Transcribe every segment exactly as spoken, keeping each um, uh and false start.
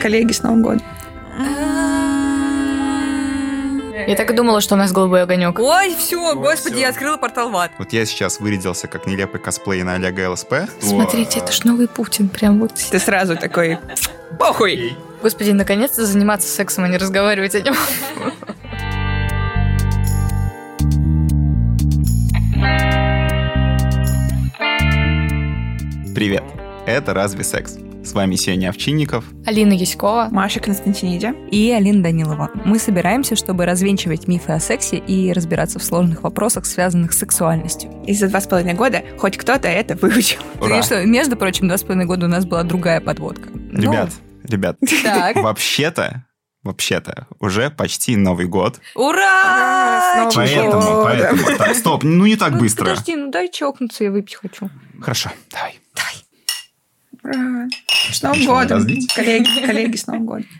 коллеги, с Новым годом. Я так и думала, что у нас голубой огонек. Ой, все, Ой, господи, всё. я открыла портал в ад. Вот я сейчас вырядился как нелепый косплей на Олега ЛСП. Смотрите, это ж новый Путин. Прям вот. Ты сразу такой, похуй. Господи, наконец-то заниматься сексом, а не разговаривать о нем. Привет, это «Разве секс?». С вами Сеня Овчинников. Алина Яськова. Маша Константиниди. И Алина Данилова. Мы собираемся, чтобы развенчивать мифы о сексе и разбираться в сложных вопросах, связанных с сексуальностью. И за два с половиной года хоть кто-то это выучил. Ура. И что, между прочим, два с половиной года у нас была другая подводка. Ребят, ребят, Так. вообще-то, вообще-то, уже почти Новый год. Ура! Ура, с Новым Поэтому, годом. поэтому, так, стоп, ну не так Ну, быстро. Подожди, ну дай чокнуться, я выпить хочу. Хорошо, давай. Ура. С Новым Ничего не годом. разлить? Коллеги, коллеги, с Новым годом.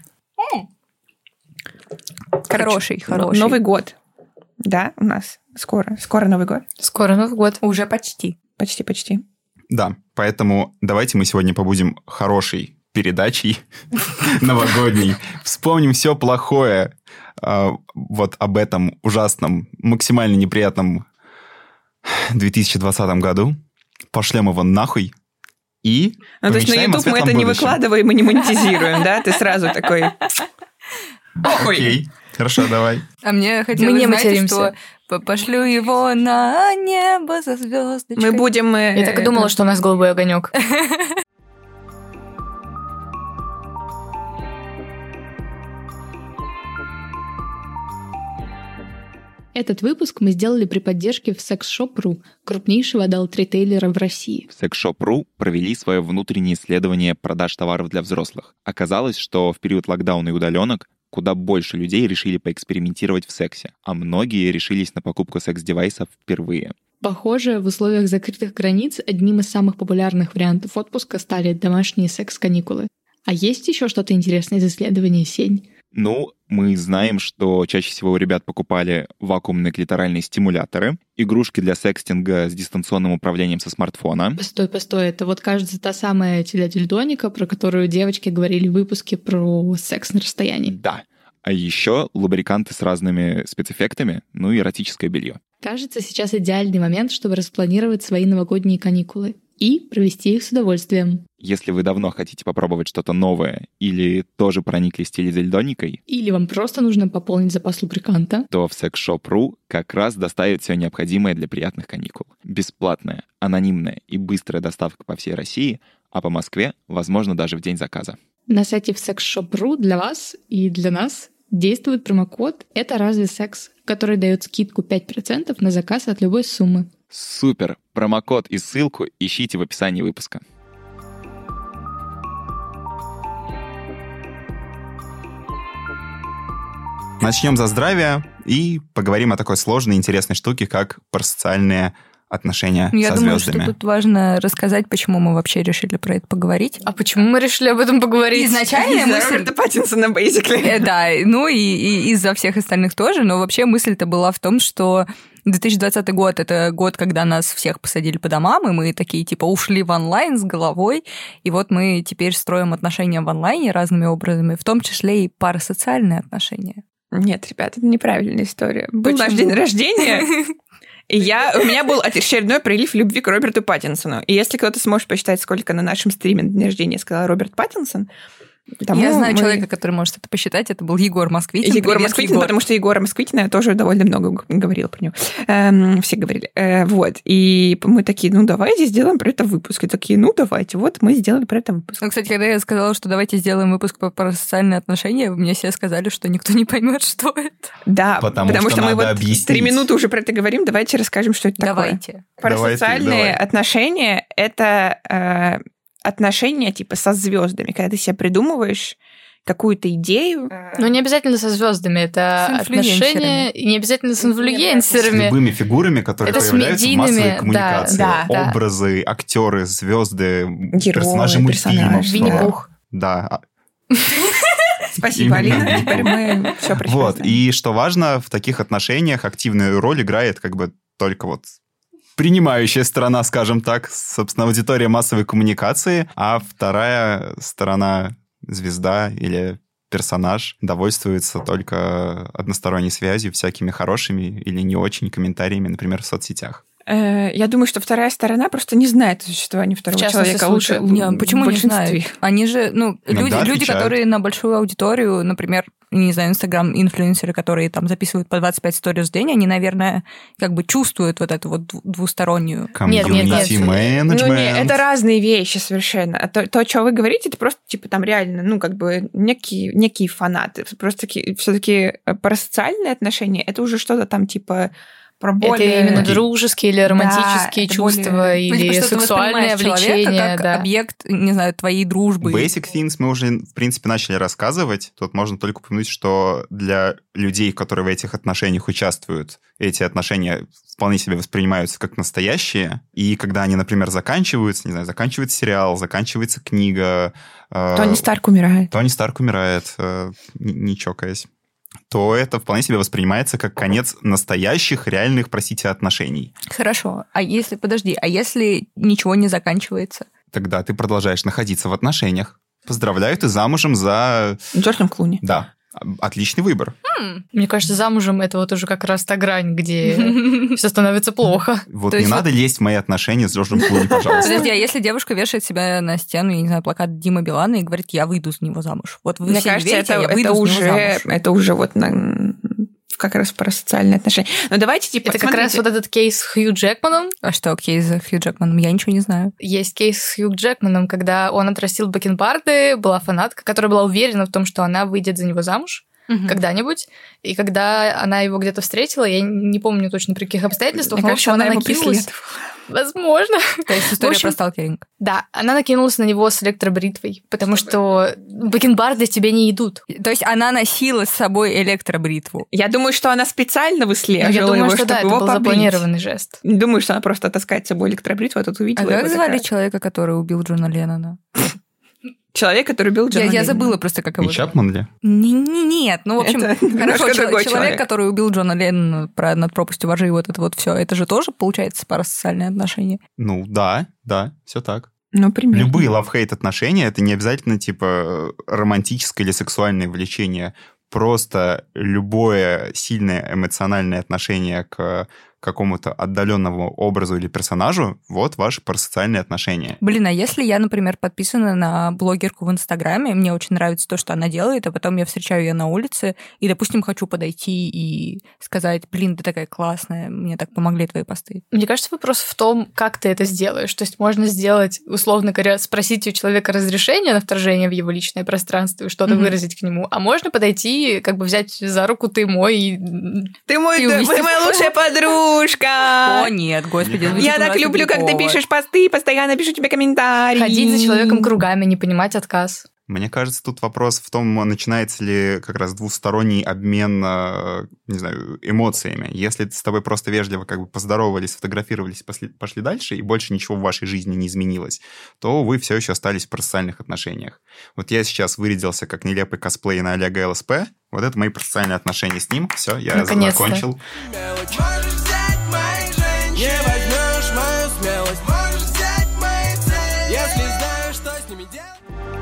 Хороший, Но- хороший. Новый год. Да, у нас скоро. Скоро Новый год. Скоро Новый год. Уже почти. Почти-почти. Да, поэтому давайте мы сегодня побудем хорошей передачей новогодней. Вспомним все плохое э, вот об этом ужасном, максимально неприятном две тысячи двадцатом году. Пошлем его нахуй. И Ну, то есть на помечтаем о YouTube мы светлом это не будущем. выкладываем и не монетизируем, да? Ты сразу такой... Похуй. Окей, хорошо, давай. А мне хотелось, Мы не знаете, материмся. что по- пошлю его на небо за звездочкой. Мы будем... э, Я так и думала, что у нас голубой огонек. Этот выпуск мы сделали при поддержке в секс-шоп точка ру, крупнейшего адалт-ритейлера в России. В секс-шоп точка ру провели свое внутреннее исследование продаж товаров для взрослых. Оказалось, что в период локдауна и удаленок куда больше людей решили поэкспериментировать в сексе, а многие решились на покупку секс-девайсов впервые. Похоже, в условиях закрытых границ одним из самых популярных вариантов отпуска стали домашние секс-каникулы. А есть еще что-то интересное из исследования, Сень? Ну, мы знаем, что чаще всего у ребят покупали вакуумные клиторальные стимуляторы, игрушки для секстинга с дистанционным управлением со смартфона. Постой, постой, это вот, кажется, та самая телядельдоника, про которую девочки говорили в выпуске про секс на расстоянии. Да. А еще лубриканты с разными спецэффектами, ну и эротическое белье. Кажется, сейчас идеальный момент, чтобы распланировать свои новогодние каникулы и провести их с удовольствием. Если вы давно хотите попробовать что-то новое или тоже прониклись теледельдоникой, Или вам просто нужно пополнить запас лубриканта. то в секс-шоп точка ру как раз доставит все необходимое для приятных каникул. Бесплатная, анонимная и быстрая доставка по всей России, а по Москве, возможно, даже в день заказа. На сайте в секс-шоп точка ру для вас и для нас действует промокод «Это разве секс?», который дает скидку пять процентов на заказ от любой суммы. Супер! Промокод и ссылку ищите в описании выпуска. Начнем за здравие и поговорим о такой сложной, интересной штуке, как парасоциальные отношения Я со думаю, звездами. что тут важно рассказать, почему мы вообще решили про это поговорить. А почему мы решили об этом поговорить? Изначально Из-за мысль... Роберта Паттинсона, basically. Э, Да, ну и, и из-за всех остальных тоже, но вообще мысль-то была в том, что две тысячи двадцатый год — это год, когда нас всех посадили по домам, и мы такие, типа, ушли в онлайн с головой, и вот мы теперь строим отношения в онлайне разными образами, в том числе и парасоциальные отношения. Нет, ребят, это неправильная история. Был Почему? наш день рождения, и я, у меня был очередной прилив любви к Роберту Паттинсону. И если кто-то сможет посчитать, сколько на нашем стриме на день рождения сказал Роберт Паттинсон, тому Я знаю мы- человека, который может это посчитать, это был Егор Москвитин. Егор Привет, Москвитин, Егор. потому что Егора Москвитина я тоже довольно много г- говорила про него. Эм, все говорили. Э, вот. И мы такие, ну, давайте сделаем про это выпуск. И такие, ну, давайте. Вот мы сделали про это выпуск. Ну, кстати, когда я сказала, что давайте сделаем выпуск по парасоциальные отношения, мне все сказали, что никто не поймет, что это. Да, Потому что мы надо вот объяснить. три минуты уже про это говорим. Давайте расскажем, что это такое. Давайте. Давай ты, Парасоциальные давай. отношения — это э, отношения типа со звездами, когда ты себе придумываешь какую-то идею. Ну, не обязательно со звездами, это С инфлюенсерами. отношения, и не обязательно с С инфлюенсерами. любыми фигурами, которые Это с появляются в медийными, массовой да, коммуникации. да, да. Образы, актеры, звезды, Герои, персонажи мультфильмов. персонажи. Винни-Пух. Да. Спасибо, Именно. Алина. Теперь мы все про себя Вот. знаем. И что важно, в таких отношениях активную роль играет как бы только вот принимающая сторона, скажем так, собственно, аудитория массовой коммуникации, а вторая сторона звезда или персонаж довольствуется только односторонней связью, всякими хорошими или не очень комментариями, например, в соцсетях. Я думаю, что вторая сторона просто не знает о существовании второго человека лучше. Не, почему не знают? Они же, ну, люди, люди, которые на большую аудиторию, например, не знаю, инстаграм-инфлюенсеры, которые там записывают по двадцать пять сториз в день, они, наверное, как бы чувствуют вот эту вот двустороннюю... Комьюнити-менеджмент. Ну, нет, это разные вещи совершенно. А то, то, что вы говорите, это просто, типа, там реально, ну, как бы некие, некие фанаты. Просто все-таки парасоциальные отношения, это уже что-то там, типа... Про более... Это именно дружеские или романтические да, чувства, более... или ну, сексуальное влечение. Как да. объект, не знаю, твоей дружбы. Basic things мы уже, в принципе, начали рассказывать. Тут можно только упомянуть, что для людей, которые в этих отношениях участвуют, эти отношения вполне себе воспринимаются как настоящие. И когда они, например, заканчиваются, не знаю, заканчивается сериал, заканчивается книга... Тони Старк умирает. Тони Старк умирает, не, не чокаясь. То это вполне себе воспринимается как конец настоящих, реальных, простите, отношений. Хорошо. А если, подожди, а если ничего не заканчивается? Тогда ты продолжаешь находиться в отношениях. Поздравляю, ты замужем за... Джорджем Клуни. Да. Отличный выбор. Хм. Мне кажется, замужем это вот уже как раз та грань, где все становится плохо. Вот не надо лезть в мои отношения с Джорджем Клуни, пожалуйста. Подожди, а если девушка вешает себя на стену, я не знаю, плакат Димы Билана и говорит, я выйду за него замуж. Вот вы все не верите, я выйду за него замуж. Это уже вот как раз про социальные отношения. Но давайте, типа, это как раз вот этот кейс с Хью Джекманом. А что кейс с Хью Джекманом? Я ничего не знаю. Есть кейс с Хью Джекманом, когда он отрастил бакенбарды, была фанатка, которая была уверена в том, что она выйдет за него замуж угу. когда-нибудь. И когда она его где-то встретила, я не помню точно при каких обстоятельствах, Мне но кажется, она она накинулась. Возможно. То есть история общем, про сталкеринг. Да, она накинулась на него с электробритвой, потому что бакенбарды тебе не идут. То есть она носила с собой электробритву. Я думаю, что она специально выслеживала Я думаю, его, что чтобы да, это его был побрить. запланированный жест. Не думаю, что она просто таскает с собой электробритву, а тут увидела. А как звали такая... человека, который убил Джона Леннона? Человек, который убил Джона Я, я Леннона. забыла просто, как его... Не Чапман ли? Не, не, нет, ну, в общем, Это хорошо, человек, другой человек, человек. который убил Джона Леннона про над пропастью во ржи, вот это вот все, это же тоже, получается, парасоциальные отношения? Ну, да, да, все так. Ну, примерно. Любые love-hate отношения, это не обязательно, типа, романтическое или сексуальное влечение. Просто любое сильное эмоциональное отношение к какому-то отдаленному образу или персонажу, вот ваши парасоциальные отношения. Блин, а если я, например, подписана на блогерку в Инстаграме, мне очень нравится то, что она делает, а потом я встречаю ее на улице, и, допустим, хочу подойти и сказать, блин, ты такая классная, мне так помогли твои посты. Мне кажется, вопрос в том, как ты это сделаешь. То есть можно сделать, условно говоря, спросить у человека разрешение на вторжение в его личное пространство и что-то mm-hmm. выразить к нему, а можно подойти, как бы взять за руку, ты мой, и... Ты мой, и ты, ты моя лучшая подруга! О, нет, господи. Я так люблю, как ты пишешь посты, постоянно пишу тебе комментарии. Ходить за человеком кругами, не понимать отказ. Мне кажется, тут вопрос в том, начинается ли как раз двусторонний обмен, не знаю, эмоциями. Если с тобой просто вежливо как бы поздоровались, сфотографировались, пошли, пошли дальше, и больше ничего в вашей жизни не изменилось, то вы все еще остались в парасоциальных отношениях. Вот я сейчас вырядился как нелепый косплей на Олега ЛСП. Вот это мои парасоциальные отношения с ним. Все, я Наконец-то. закончил. Не возьмешь мою смелость, можешь взять мои цели, если знаешь, что с ними делать.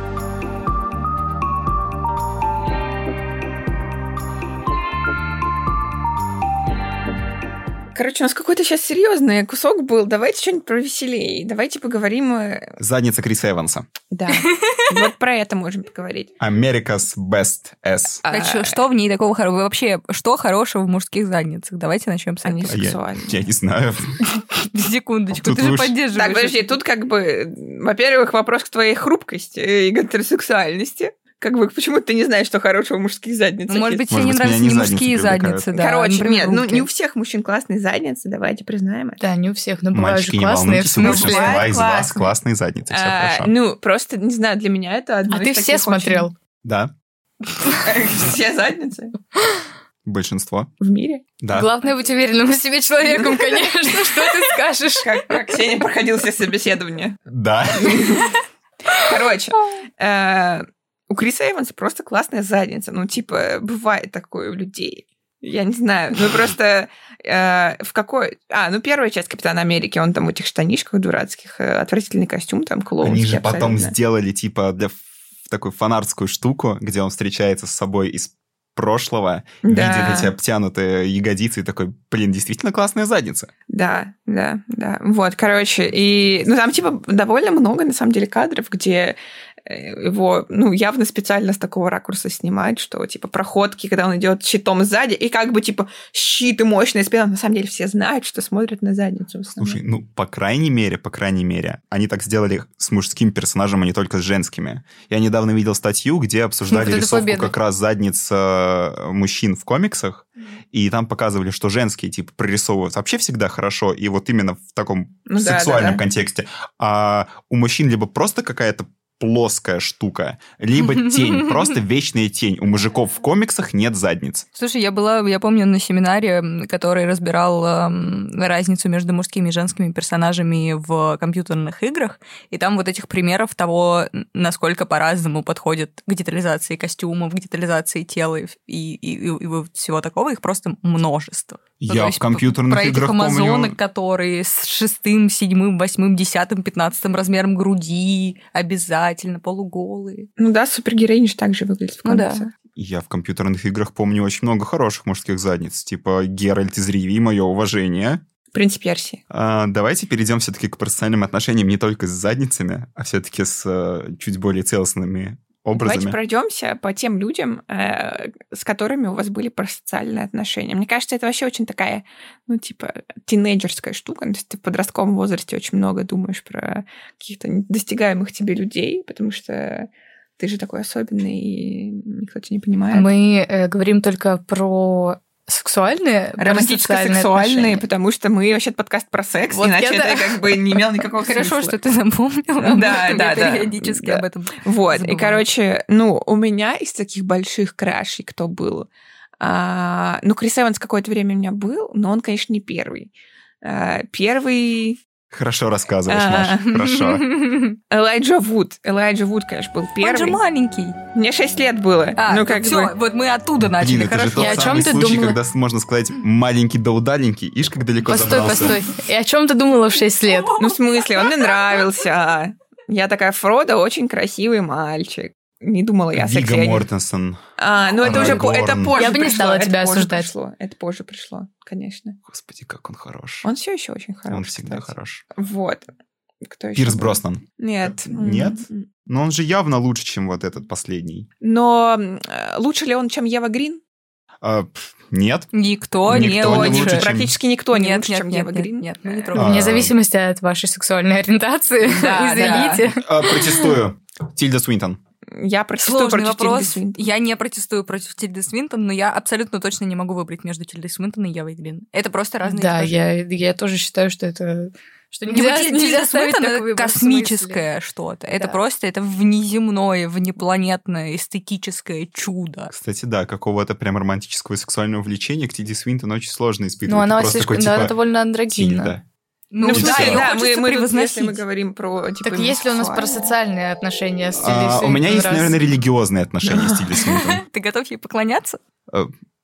Короче, у нас какой-то сейчас серьезный кусок был. Давайте что-нибудь повеселее. Давайте поговорим... Задница Криса Эванса. Да. Вот про это можем поговорить. America's Best S. А что, что в ней такого хорошего? Вообще, что хорошего в мужских задницах? Давайте начнем с Они этого. сексуальные. Я, я не знаю. Секундочку, Тут ты же уж- поддерживаешь. Так, подожди, тут как бы, во-первых, вопрос к твоей хрупкости и гетеросексуальности. Как бы, почему ты не знаешь, что хорошего в мужских задницах Может есть? быть, тебе Может не быть, нравятся меня не не мужские задницы задницы, да. Короче, например, нет, ну руки. не у всех мужчин классные задницы, давайте признаем это. Да, не у всех, но бывают же Мальчики, не классные, в волнуйтесь, у смысле. большинства из Классные. вас классные задницы, все А, хорошо. ну, просто, не знаю, для меня это одно А из ты таких все смотрел? Да, очень- Все задницы большинство. в мире? Да. Главное быть уверенным в себе человеком, конечно, что ты скажешь. Как, как Ксения проходил все собеседования. Да. Короче, э, у Криса Эванса просто классная задница. Ну, типа, бывает такое у людей. Я не знаю. Ну, просто э, в какой... А, ну, первая часть Капитана Америки, он там в этих штанишках дурацких, э, отвратительный костюм, там, клоунский Они же потом абсолютно. сделали, типа, для в такую фанатскую штуку, где он встречается с собой из прошлого, Да. видит эти обтянутые ягодицы и такой, блин, действительно классная задница. Да, да, да. Вот, короче, и... Ну, там, типа, довольно много, на самом деле, кадров, где его, ну, явно специально с такого ракурса снимают, что, типа, проходки, когда он идет щитом сзади, и как бы, типа, щит и мощная спина. На самом деле все знают, что смотрят на задницу. Слушай, ну, по крайней мере, по крайней мере, они так сделали с мужским персонажем, а не только с женскими. Я недавно видел статью, где обсуждали Ну, рисовку победа. как раз задниц э, мужчин в комиксах, и там показывали, что женские, типа, прорисовываются вообще всегда хорошо, и вот именно в таком Ну да, сексуальном да, да. контексте. А у мужчин либо просто какая-то плоская штука, либо тень, просто вечная тень. У мужиков в комиксах нет задниц. Слушай, я была, я помню, на семинаре, м, который разбирал эм, разницу между мужскими и женскими персонажами в компьютерных играх, и там вот этих примеров того, н- насколько по-разному подходят к детализации костюмов, к детализации тела и, и, и- и вот всего такого, их просто множество. Ну, Я то в есть компьютерных про играх этих амазонок, помню... которые с шестым, седьмым, восьмым, десятым, пятнадцатым размером груди, обязательно, полуголые. Ну да, супергероини же так же выглядят в Ну да. комиксах. Я в компьютерных играх помню очень много хороших мужских задниц, типа Геральт из Ривии, мое уважение. Принц Персии. А, давайте перейдем все-таки к профессиональным отношениям не только с задницами, а все-таки с э, чуть более целостными образами. Давайте пройдемся по тем людям, э, с которыми у вас были парасоциальные отношения. Мне кажется, это вообще очень такая, ну, типа, тинейджерская штука. То есть ты в подростковом возрасте очень много думаешь про каких-то достигаемых тебе людей, потому что ты же такой особенный, и никто тебя не понимает. Мы э, говорим только про сексуальные, Романтическо-сексуальные, отношения. потому что мы вообще подкаст про секс, Вот иначе я- это как бы не имело никакого Хорошо, смысла. что ты запомнила. Да, об этом. да, Я да. периодически Да. об этом Вот, и, забываю. короче, ну, у меня из таких больших крашей кто был? А, ну, Крис Эванс какое-то время у меня был, но он, конечно, не первый. А, первый... Хорошо рассказываешь, А. Маша, хорошо. Элайджа Вуд. Элайджа Вуд, конечно, был Он же первый. маленький. Мне шесть лет было. А, ну, как все, бы... вот мы оттуда начали, Блин, это же хорошо. тот И о чём самый ты случай, думала? когда можно сказать маленький да удаленький. Ишь, как далеко Постой, забрался. постой. И о чем ты думала в шесть лет? Ну, в смысле, он мне нравился. Я такая, Фродо очень красивый мальчик. Не думала я о сексе. Вига я не- Мортенсен. А, ну это уже по- это Арагорн. позже Я бы не пришло, стала это тебя позже осуждать. пришло, это позже пришло, конечно. Господи, как он хорош. Он все еще очень хороший. Он всегда кстати. хорош. Вот. Кто еще Пирс был? Броснан. Нет. Нет? М-м. Но он же явно лучше, чем вот этот последний. Но э, лучше ли он, чем Ева Грин? А, пф, нет. Никто, Никто не не лучше. лучше, чем- Практически никто не Нет, лучше, нет, чем нет, Ева нет, Грин. нет, мы не Э, трогаем. Вне А. зависимости от вашей сексуальной ориентации. Да, Извините. А, протестую. Тильда Суинтон. Я протестую Сложный против Тильды вопрос. Свинтон. Я не протестую против Тильды Свинтон, но я абсолютно точно не могу выбрать между Тильдой Свинтон и Евой Грин. Это просто разные Да, типажи. я, я тоже считаю, что это... Что Типа, нельзя, Тиль- нельзя Тильда ставить Свинтон — такой это выбор в космическое что-то. Это Да. просто это внеземное, внепланетное, эстетическое чудо. Кстати, да, какого-то прям романтического и сексуального влечения к Тильде Свинтон очень сложно испытывать. Ну, она Ты просто слишком... такой, Да, типа, она довольно андрогинна. Тильда. Ну, в да, смысле, её да, мы, хочется мы тут, если мы превозносить. говорим про, типа, Так если у нас про сексуальное. социальные отношения с Тильдой А, у Свинтон, меня есть, раз- наверное, религиозные отношения с Тильдой Свинтон. Ты готов ей поклоняться? Э,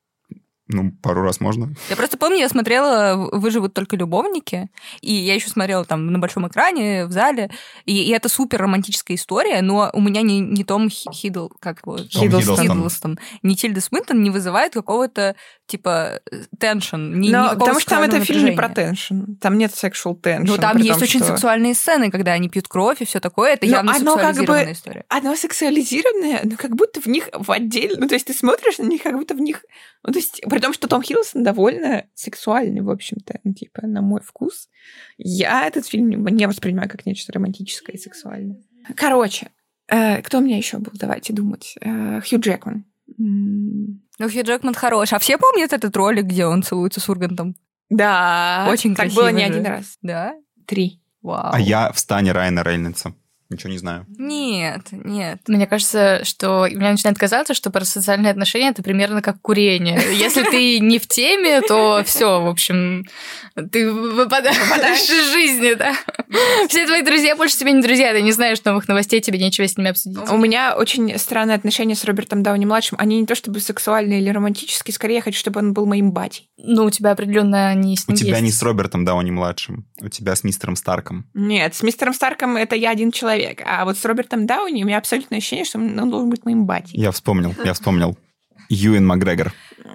Ну, пару раз можно. Я просто помню, я смотрела «Выживут только любовники», и я еще смотрела там на большом экране, в зале, и, и это супер романтическая история, но у меня не, не Том Хи- Хидл, как его? Том Хиддлстон. Хиддлстон, не Тильда Свинтон не вызывает какого-то, типа, теншн, ни, Но, никакого потому что там это сексуального фильм не про напряжения. теншн. Там нет sexual tension. Ну, там при есть том, очень что- сексуальные сцены, когда они пьют кровь и все такое. Это Но явно оно как бы- сексуализированная история. Оно сексуализированное, но как будто в них в отдельно... Ну, то есть ты смотришь на них, как будто в них... Ну, то есть, при том, что Том Хиддлстон довольно сексуальный, в общем-то, ну, типа, на мой вкус. Я этот фильм не- не воспринимаю как нечто романтическое и сексуальное. Короче, э, кто у меня еще был? Давайте думать. Э, Хью Джекман. М, Ну, Хью Джекман хорош. А все помнят этот ролик, где он целуется с Ургантом? Да. Очень так красиво было не же. один раз. Да? Три. Вау. А я в стане Райана Рейнольдса. Ничего не знаю. Нет, нет. Мне кажется, что у меня начинает казаться, что про социальные отношения это примерно как курение. Если ты не в теме, то все, в общем, ты выпадаешь из жизни, да. Все твои друзья больше тебе не друзья, ты не знаешь новых новостей, тебе нечего с ними обсудить. У меня очень странные отношения с Робертом Дауни-младшим. Они не то чтобы сексуальные или романтические, скорее я хочу, чтобы он был моим батей. Ну, у тебя определенно они с У ним тебя есть. не с Робертом Дауни-младшим, у тебя с мистером Старком. Нет, с мистером Старком это я один человек. человек. А вот с Робертом Дауни у меня абсолютное ощущение, что он должен быть моим батей. Я вспомнил, я вспомнил. Юэн Макгрегор.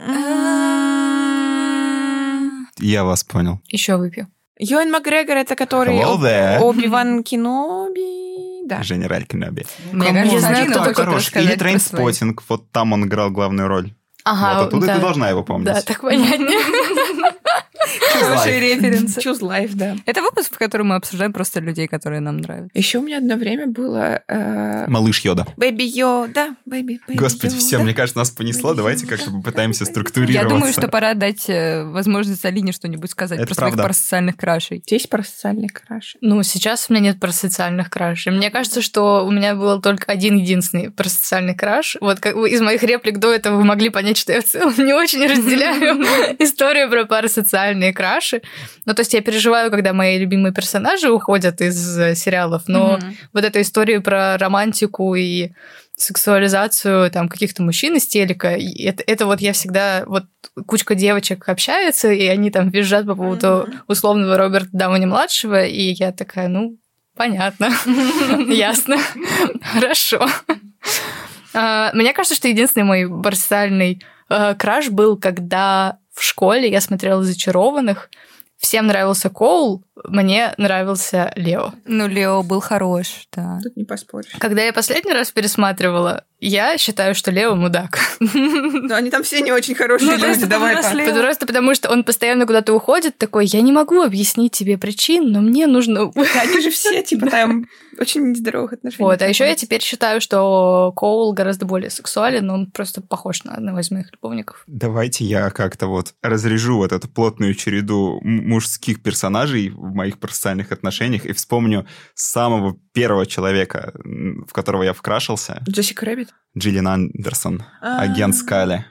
Я вас понял. Еще выпью. Юэн Макгрегор — это который Hello there. Оби-Ван Кеноби. Да. Женераль Кеноби. Мне Кому? кажется, Не знаю, Алина кто хочет такой. Хорош. рассказать Или про свои. Трейнспоттинг. Вот там он играл главную роль. Ага, Вот оттуда да. ты должна его помнить. Да, так понятнее. Хорошие референсы. Choose Life, да. Это выпуск, в котором мы обсуждаем просто людей, которые нам нравятся. Еще у меня одно время было... э, Малыш Йода. Бэби Йода, бэби, бэби Господи, Йода. все, мне кажется, нас понесло. Давайте как-то попытаемся структурироваться. Я думаю, что пора дать э, возможность Алине что-нибудь сказать Это про своих правда. парасоциальных крашей. Здесь про социальный краш. Ну, сейчас у меня нет парасоциальных крашей. Мне кажется, что у меня был только один единственный парасоциальный краш. Вот как вы из моих реплик до этого вы могли понять, что я в целом не очень разделяю историю про парасоциальные краши. Ну, то есть я переживаю, когда мои любимые персонажи уходят из э, сериалов, но Мгм. вот эта история про романтику и сексуализацию там каких-то мужчин из телека, и это, это вот я всегда... Вот кучка девочек общается, и они там визжат по поводу условного Роберта Дауни-младшего, и я такая, ну, понятно, ясно, хорошо. А, Мне кажется, что единственный мой парасоциальный э, краш был, когда в школе я смотрела «Зачарованных». Всем нравился Коул, мне нравился Лео. Ну, Лео был хорош, да. Тут не поспоришь. Когда я последний раз пересматривала, я считаю, что Лео мудак. Но они там все не очень хорошие Ну, то есть люди, это давай просто так. Лео. Просто потому, что он постоянно куда-то уходит, такой, я не могу объяснить тебе причин, но мне нужно... Они же все, типа, там очень нездоровых отношений. Вот, а еще я теперь считаю, что Коул гораздо более сексуален, но он просто похож на одного из моих любовников. Давайте я как-то вот разрежу вот эту плотную череду м- мужских персонажей в моих парасоциальных отношениях и вспомню самого первого человека, м, в которого я вкрашился. Джессика Рэббит. Джиллиан Андерсон, А. агент Скали.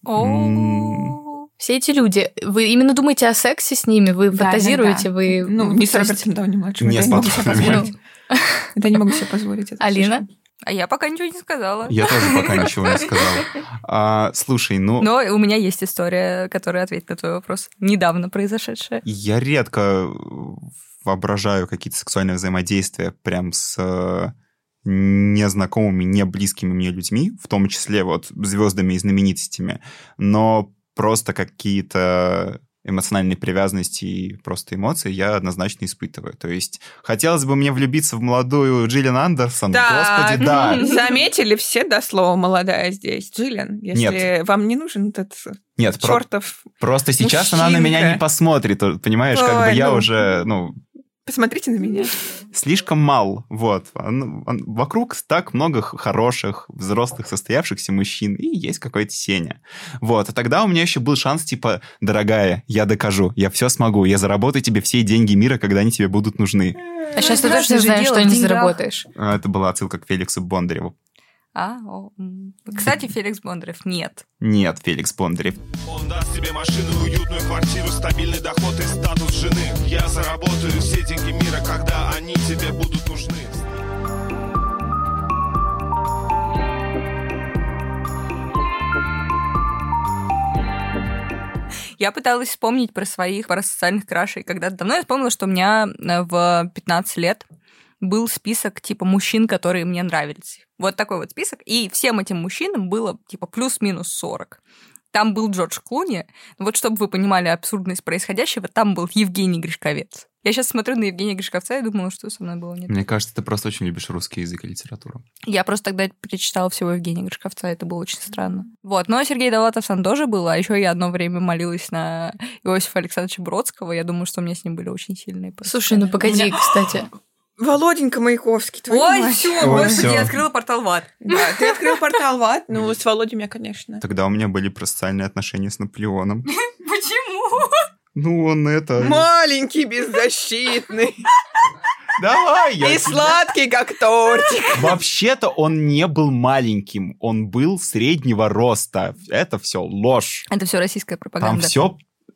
О, Все эти люди, вы именно думаете о сексе с ними, вы Да, фантазируете, да, да. вы... Ну, не с то есть- Робертом Дауни-младшим. Не это с я могу себе пацанами. позволить. Это я не могу себе позволить. это Алина? слишком. А я пока ничего не сказала. Я тоже пока ничего не сказал. А, слушай, ну, Но у меня есть история, которая ответит на твой вопрос. Недавно произошедшая. я редко воображаю какие-то сексуальные взаимодействия прям с э, незнакомыми, не близкими мне людьми, в том числе вот звездами и знаменитостями, но просто какие-то эмоциональные привязанности и просто эмоции я однозначно испытываю. То есть хотелось бы мне влюбиться в молодую Джиллиан Андерсон. Господи, да. Заметили все, да, слово «молодая» здесь. Джиллиан, если Нет. вам не нужен этот Нет, про- чертов... просто сейчас она на меня мужчинка. не посмотрит, понимаешь, как бы Ой, я ну. уже, ну, Посмотрите на меня. слишком мал, вот. Он- он- вокруг так много х- хороших, взрослых, состоявшихся мужчин, и есть какой-то Сеня. Вот, а тогда у меня еще был шанс, типа, дорогая, я докажу, я все смогу, я заработаю тебе все деньги мира, когда они тебе будут нужны. А сейчас ты Страшно точно же знаешь, дело что в не деньгах. заработаешь. А, Это была отсылка к Феликсу Бондареву. А, о, м. Кстати, Феликс Бондарев нет. Нет, Феликс Бондарев. Он даст тебе машину, уютную квартиру, стабильный доход и статус жены. Я заработаю все деньги мира, когда они тебе будут нужны. Я пыталась вспомнить про своих парасоциальных крашей. Когда-то давно я вспомнила, что у меня э, в пятнадцать лет был список типа мужчин, которые мне нравились. Вот такой вот список. И всем этим мужчинам было типа плюс-минус сорок. Там был Джордж Клуни. Вот чтобы вы понимали абсурдность происходящего, там был Евгений Гришковец. Я сейчас смотрю на Евгения Гришковца и думала, что со мной было не так. Мне кажется, ты просто очень любишь русский язык и литературу. Я просто тогда перечитала всего Евгения Гришковца, это было очень странно. Вот, но Сергей Довлатов сам тоже был, а еще я одно время молилась на Иосифа Александровича Бродского. Я думаю, что у меня с ним были очень сильные Слушай, ну погоди, кстати. Володенька Маяковский, твою Ой, мать. все, Ой, господи, всё. я открыла портал в ад. Да, ты открыл портал в ад. Ну, с Володей у меня, конечно. Тогда у меня были парасоциальные отношения с Наполеоном. Почему? Ну, он это... Маленький, беззащитный Давай, я и тебя- сладкий, как тортик. Вообще-то он не был маленьким, он был среднего роста. Это все ложь. Это все российская Там пропаганда. все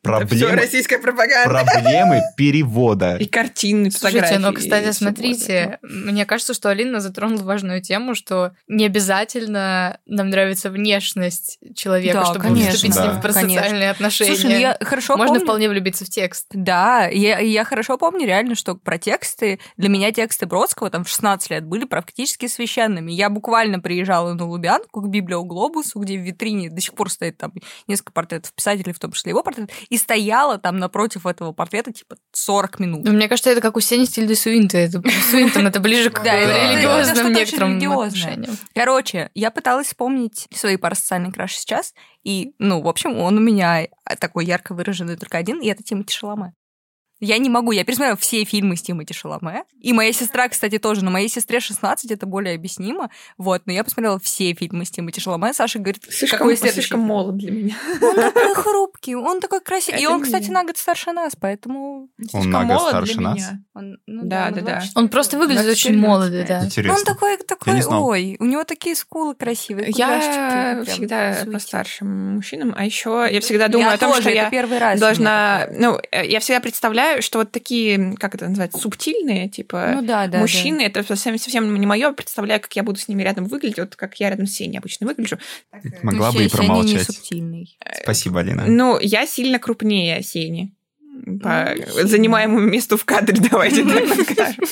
проблемы, Все российская пропаганда. проблемы перевода. И картины, фотографии. Слушайте, ну, кстати, и всё смотрите, мне кажется, что Алина затронула важную тему, что не обязательно нам нравится внешность человека, Да, чтобы конечно, вступить с да. ним в парасоциальные Конечно. отношения. Слушай, ну я хорошо Можно помню... вполне влюбиться в текст. Да, я, я хорошо помню реально, что про тексты, для меня тексты Бродского там в шестнадцать лет были практически священными. Я буквально приезжала на Лубянку к Библиоглобусу, где в витрине до сих пор стоит там несколько портретов писателей, в том числе его портрет, и стояла там напротив этого портрета типа сорок минут. Ну, мне кажется, это как у Сени Стильды Суинта. Это, Суинтон, это ближе к Да, это- это религиозным что-то очень некоторым религиозное. отношениям. Короче, я пыталась вспомнить свои парасоциальные краши сейчас, и, ну, в общем, он у меня такой ярко выраженный только один, и это Тимоти Шаломе. Я не могу, я пересмотрела все фильмы с Тимоти Шаломе. И моя сестра, кстати, тоже. Но моей сестре шестнадцать, это более объяснимо. Вот, но я посмотрела все фильмы с Тимоти Шаломе. Саша говорит, Слишком, какой следующий слишком фильм? молод для меня. Он такой хрупкий, он такой красивый. И Это он, кстати, не- на год старше нас, поэтому... Он Слишком на год молод старше для нас. меня. Он, ну Да, ему да, да. двадцать четыре. Он просто выглядит двадцать очень четыре, молодо, двадцать да. Ну, Интересно. он такой, такой, не знал. ой, у него такие скулы красивые, Я кудряшечки, прям всегда светит. по старшим мужчинам, а еще я всегда думаю Я о том, тоже, что это я первый раз должна... у меня Ну, э, я всегда представляю, что вот такие, как это называется, субтильные, типа, такое. Ну да, да, мужчины, это совсем, совсем не мое. Представляю, как я буду с ними рядом выглядеть, вот как я рядом с Сеней обычно выгляжу. Могла Ну, бы и Сеня не промолчать. субтильный. Спасибо, Алина. Ну, я сильно крупнее Сени. По Ну, сильно. занимаемому месту в кадре, давайте так скажем.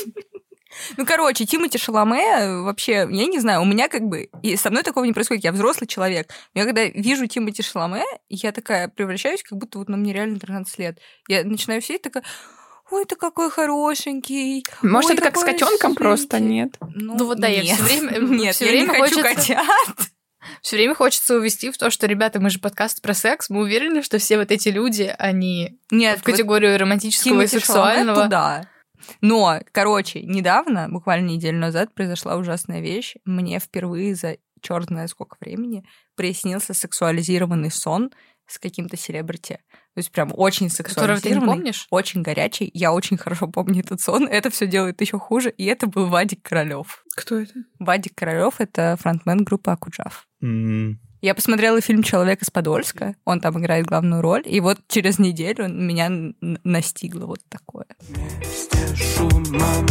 Ну, короче, Тимоти Шаломе вообще, я не знаю, у меня как бы... И со мной такого не происходит, я взрослый человек. Но я когда вижу Тимоти Шаломе, я такая превращаюсь, как будто вот на мне реально тринадцать лет. Я начинаю сидеть такая... Ой, ты какой хорошенький. Может, Ой, это как с какой котенком просто, светленький». нет? Ну вот да, я нет. всё время- Нет, всё я время не хочу хочется- котят. Все время хочется увести в то, что, ребята, мы же подкаст про секс, мы уверены, что все вот эти люди, они Нет, в категорию романтического и Тимоти Шаломе сексуального. туда. Но, короче, недавно, буквально неделю назад, произошла ужасная вещь. Мне впервые за черт знает сколько времени приснился сексуализированный сон с каким-то селебрити. То есть прям очень Которого ты не сексуализированный, помнишь? очень горячий. Я очень хорошо помню этот сон. Это все делает еще хуже. И это был Вадик Королёв. Кто это? Вадик Королёв — это фронтмен группы Акуджав. М, Я посмотрела фильм «Человек из Подольска». Он там играет главную роль. И вот через неделю меня н- настигло вот такое. Вместе шумом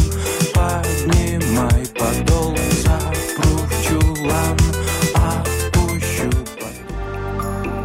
поднимай подол, запру в чулан, опущу под...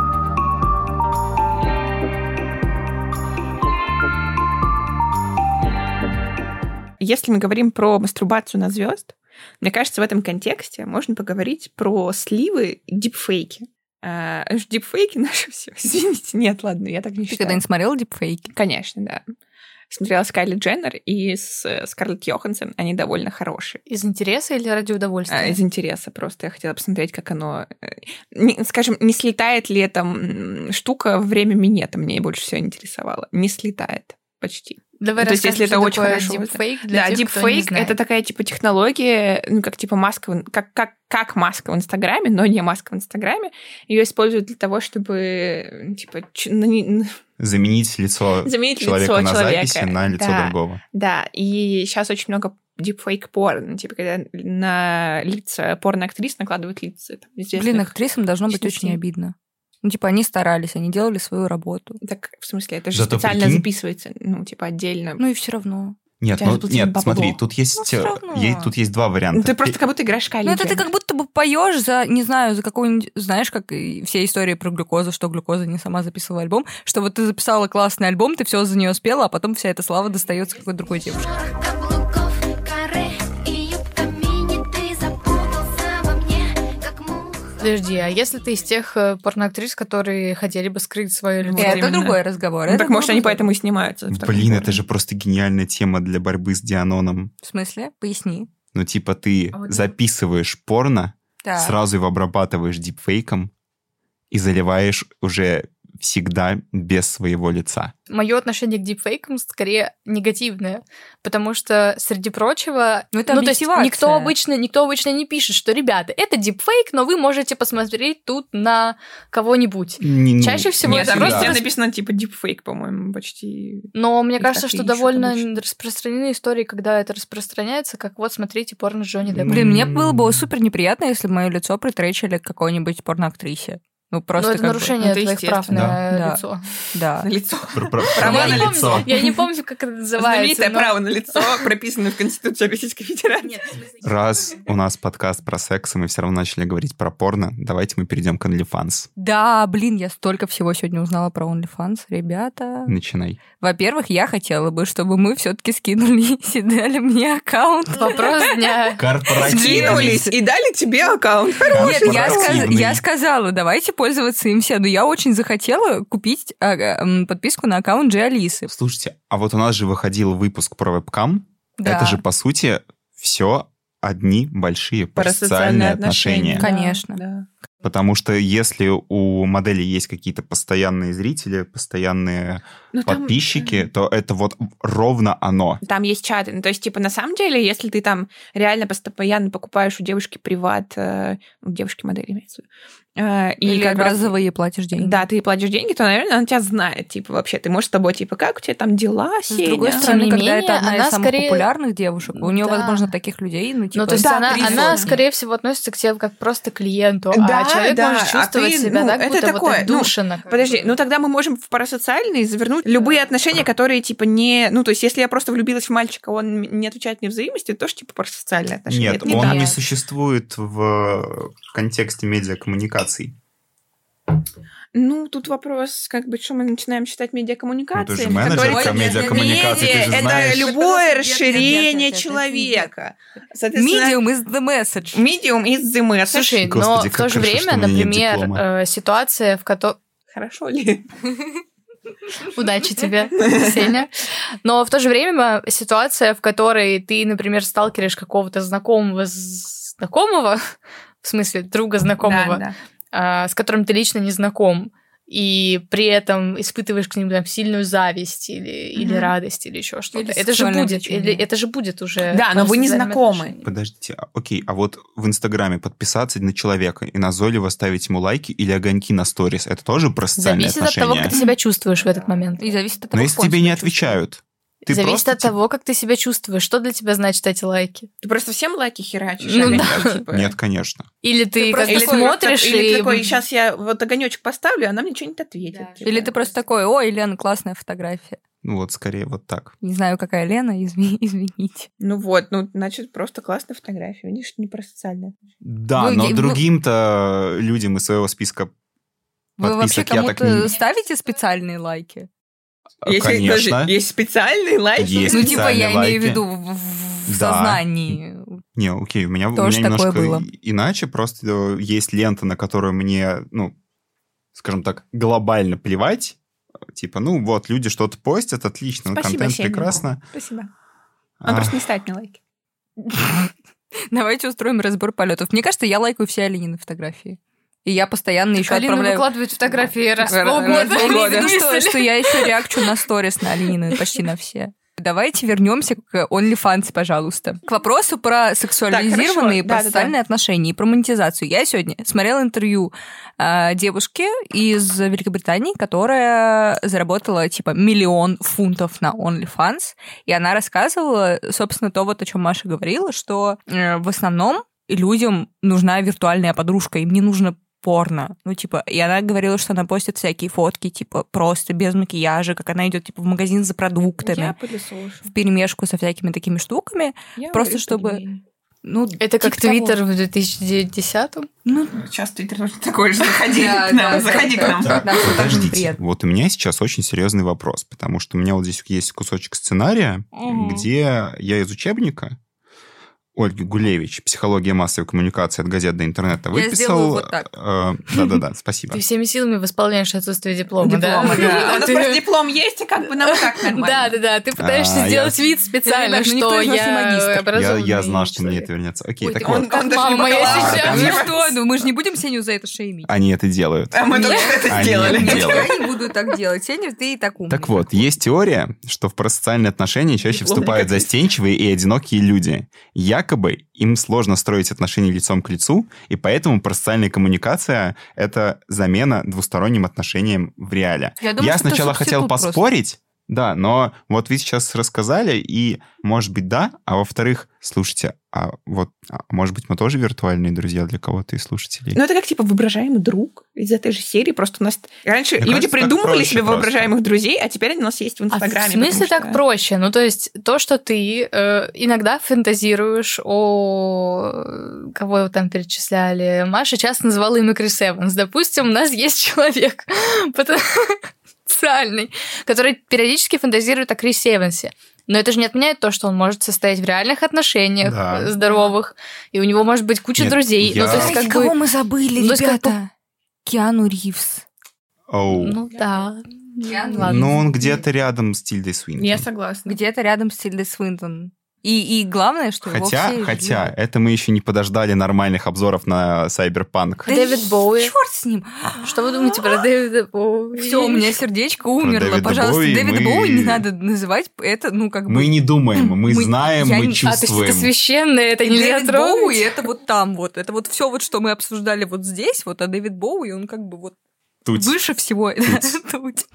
Если мы говорим про мастурбацию на звезд, мне кажется, в этом контексте можно поговорить про сливы и дипфейки. А, ж дипфейки наши все. Извините, нет, ладно, я так не Ты считаю. когда-нибудь смотрела дипфейки? Конечно, да. Смотрела с Кайли Дженнер и с э, Скарлетт Йоханссон. Они довольно хорошие. Из интереса или ради удовольствия? А, из интереса просто. Я хотела посмотреть, как оно... э, не- скажем, не слетает ли эта м, штука во время минета. Мне больше всего интересовало. Не слетает почти. Давай то есть, расскажем, если это что очень такое хорошо дипфейк для Да, тех, кто не дипфейк — знает. это такая типа технология, ну, как типа маска, в- как, как, как маска в Инстаграме, но не маска в Инстаграме. Ее используют для того, чтобы типа ч- ну, не- Заменить лицо заменить человека лицо на человека. записи на лицо Да. другого. Да, и сейчас очень много дипфейк порно, типа когда на лица порно-актрис накладывают лица там, известных. Блин, актрисам должно быть личностей. очень обидно. Ну, типа, они старались, они делали свою работу. Так, в смысле, это же Зато специально прикинь- записывается, ну, типа отдельно. Ну и все равно. Нет, Тебя ну, же платили нет, бабло. смотри, тут есть, Ну, всё э, равно. е- тут есть два варианта. Ну, ты просто как будто играешь Кайли Ну, это ты Дженнер. как будто бы поешь за, не знаю, за какой-нибудь, знаешь, как и все истории про глюкозу, что глюкоза не сама записывала альбом, что вот ты записала классный альбом, ты все за нее спела, а потом вся эта слава достается какой-то другой девушке. Каблуков, каре и юбка мини, ты запутался во мне, как муха. Подожди, а если ты из тех э, порноактрис, которые хотели бы скрыть свое лицо? Вот это именно. другой разговор. Ну, это так, может, они другой поэтому и снимаются. в таком Блин, порно. это же просто гениальная тема для борьбы с Дианоном. В смысле? Поясни. Ну, типа, ты А вот- записываешь порно, Так. сразу его обрабатываешь дипфейком и заливаешь уже всегда без своего лица. Мое отношение к дипфейкам скорее негативное, потому что, среди прочего, Ну, это то есть объективация. никто обычно, никто обычно не пишет, что, ребята, это дипфейк, но вы можете посмотреть тут на кого-нибудь. Не- ну, Чаще всего Нет, это там просто- везде написано типа дипфейк, по-моему, почти. Но мне Их кажется, так что и ищут довольно обычно. распространены истории, когда это распространяется, как вот, смотрите, порно с Джонни Деппом. Блин, мне было бы супер неприятно, если бы мое лицо притречили к какой-нибудь порноактрисе. Ну, Ну, просто это как бы- нарушение это твоих прав естественно. на Да. лицо. Да. На лицо. Пр- пр- Я Права не на помню- лицо. Я не помню, как это называется. Знаменитое но- право на лицо, прописанное в Конституции Российской Федерации. Раз у нас подкаст про секс, и мы все равно начали говорить про порно, давайте мы перейдем к OnlyFans. Да, блин, я столько всего сегодня узнала про OnlyFans, ребята. Начинай. Во-первых, я хотела бы, чтобы мы все-таки скинули и дали мне аккаунт. Вопрос дня. Скинулись и дали тебе аккаунт. Нет, я, сказ- Корпоративный. я сказала, давайте пользоваться им все, но я очень захотела купить а, м, подписку на аккаунт Джи Алисы. Слушайте, а вот у нас же выходил выпуск про вебкам. Да. Это же, по сути, все одни большие парасоциальные отношения. Конечно. Да. Потому что если у модели есть какие-то постоянные зрители, постоянные Ну, там, подписчики, то это вот ровно оно. Там есть чаты. Ну, то есть, типа, на самом деле, если ты там реально постоянно покупаешь у девушки приват, э, у девушки-модели имеется в виду, э, и Или как раз- разовые платишь деньги. Да, ты платишь деньги, то, наверное, она тебя знает. Типа, вообще, ты можешь с тобой, типа, как у тебя там дела, С другой Сеня? стороны, Тем не когда менее, это одна она из самых скорее- популярных девушек, у нее, Да. возможно, таких людей, ну, типа, Ну, то есть Да, она, три она, сотни. скорее всего, относится к тебе как просто к клиенту, Да, а человек да, может а чувствовать ты, себя ну, так, это будто такое, вот ну, отдушина. как Подожди, бы. ну тогда мы можем в парасоциальные завернуть любые отношения, которые, типа, не... Ну, то есть, если я просто влюбилась в мальчика, он не отвечает мне взаимностью, это тоже, типа, парасоциальные отношения. Нет, Это не он так. не существует в контексте медиакоммуникаций. Ну, тут вопрос, как бы, что мы начинаем считать Ну, медиакоммуникацией. ты же менеджер по медиакоммуникации, ты же это знаешь. любое Нет, нет, расширение нет, нет, человека. Соответственно, Medium is the message. Medium is the message. Слушай, Господи, но в как то же хорошо, что время, у меня нет например, диплома. э, ситуация, в которой... Хорошо ли? Удачи тебе, Сеня. Но в то же время ситуация, в которой ты, например, сталкиваешь какого-то знакомого знакомого, в смысле друга знакомого, Да, да. а, с которым ты лично не знаком, и при этом испытываешь к ним там, сильную зависть или, или Мгм. радость или еще что-то. Или Это же сексуальное будет, влечение. или, это же будет уже. Да, но вы не парасоциальными знакомы. отношениями. Подождите, а- окей, а вот в Инстаграме подписаться на человека и назойливо ставить ему лайки или огоньки на сторис, это тоже про социальные Зависит от отношения? того, как ты себя чувствуешь в этот момент. И зависит от того, Но как если он тебе не себя чувствует. отвечают, ты Зависит просто, от типа, того, как ты себя чувствуешь. Что для тебя значит эти лайки? Ты просто всем лайки херачишь. Ну огоньки, да. типа. Нет, конечно. Или ты, Ты как просто бы Или ты смотришь просто- или и... ты такой, сейчас я вот огонечек поставлю, а она мне что-нибудь ответит. типа. Или ты просто такой, ой, Лена, классная фотография. Ну вот скорее вот так. Не знаю, какая Лена, изви- извините. Ну вот, ну, значит, просто классная фотография. Видишь, не про социальные. Да, Вы- но вы- другим-то людям из своего списка Вы вообще подписок я так кому-то не... ставите специальные лайки? Если, Конечно. подожди, есть специальные лайки. Есть. Ну, типа, я Специальные имею в лайки. виду в, в Да. сознании. Не, окей, у меня, у Тоже меня такое немножко было. и- иначе. Просто э, есть лента, на которую мне, ну, скажем так, глобально плевать. Типа, ну вот, люди что-то постят, отлично, ну, Спасибо, контент Сеня. прекрасно. Спасибо. Он А, просто не ставит мне лайки. Давайте устроим разбор полетов. Мне кажется, я лайкаю все Алинины фотографии. И я постоянно еще Алина отправляю... выкладывает фотографии раз в Раз- полгода. раз в полгода. В Что, смысле? что я еще реакчу на сторис на Алинины, почти на все. Давайте вернемся к OnlyFans, пожалуйста. К вопросу про сексуализированные Так, хорошо. социальные отношения и про монетизацию. Я сегодня смотрела интервью э, девушки из Великобритании, которая заработала типа миллион фунтов на OnlyFans, и она рассказывала, собственно, то, вот о чем Маша говорила, что э, в основном людям нужна виртуальная подружка, им не нужно порно. Ну, типа, и она говорила, что она постит всякие фотки, типа, просто без макияжа, как она идет, типа, в магазин за продуктами, Я пылесошу. в перемешку со всякими такими штуками. Я Просто варю чтобы- пельмени. Ну, Это как типа того. Твиттер в две тысячи десятом. Ну, Сейчас Твиттер тоже такой же. Заходи Да, к нам, да, заходи да, к нам. да. Да, всё так же Подождите, неприятно. вот у меня сейчас очень серьезный вопрос, потому что у меня вот здесь есть кусочек сценария, Мгм. где я из учебника Ольги Гулевич «Психология массовой коммуникации от газет до интернета» Я выписал... сделаю вот так. э, Да-да-да, спасибо. Ты всеми силами восполняешь отсутствие диплома, Диплома, да? да. У нас Ты- просто диплом есть, и как бы нам и так нормально. Да, да, да. Ты пытаешься А, сделать я- вид специально, Ребят, ну никто что из нас не я магистр. Я, образованный я знал, что мне человек. это вернется. Окей, Ой, так Он, вот. он даже мама не моя бакалавр. сейчас. ну что, ну мы же не будем Сеню за это шеймить. Они это делают. А мы только Нет. что это Они сделали. это делают. Я не буду так делать. Сеня, ты и так умный. Так вот, есть теория, что в парасоциальные отношения чаще вступают застенчивые и одинокие люди. Якобы им сложно строить отношения лицом к лицу, и поэтому парасоциальная коммуникация — это замена двусторонним отношениям в реале. Я думаю, что это сначала хотел субститут просто. поспорить, Да, но вот вы сейчас рассказали, и, может быть, да, а во-вторых, слушайте, а вот, а может быть, мы тоже виртуальные друзья для кого-то из слушателей? Ну, это как, типа, воображаемый друг из этой же серии. Просто у нас... Раньше Мне люди кажется, так придумывали проще себе просто. воображаемых друзей, а теперь они у нас есть в А Инстаграме. в смысле потому так что- проще? Ну, то есть то, что ты э, иногда фантазируешь о... Кого там перечисляли? Маша часто называла имя Крис Эванс. Допустим, у нас есть человек потенциальный, который периодически фантазирует о Крисе Эвансе. Но это же не отменяет то, что он может состоять в реальных отношениях Да. э, здоровых, и у него может быть куча Нет, друзей. я- Ну, то есть, Знаете, как кого бы... мы забыли, ну, то есть, как ребята? Киану Ривз. Оу. Ну, да. Киану Ладно. Ну, он где-то рядом с Тильдой Свинтон. Я согласна. Где-то рядом с Тильдой Свинтон. И, и главное, что его Хотя, все хотя, любят. это мы еще не подождали нормальных обзоров на Сайберпанк. Да Дэвид Боуи. Черт с ним. Что вы думаете про Дэвида Боуи? Все, у меня сердечко умерло. Дэвида Пожалуйста, Боуи Дэвида мы- Боуи не надо называть. Это, ну, как бы... Мы не думаем, мы, Мы- знаем, я мы не- А, то есть чувствуем. это священное, это нельзя Дэвид трогать? Боуи, это вот там вот. Это вот все, вот, что мы обсуждали вот здесь, вот, а Дэвид Боуи, он как бы вот Тут. выше всего. Тут.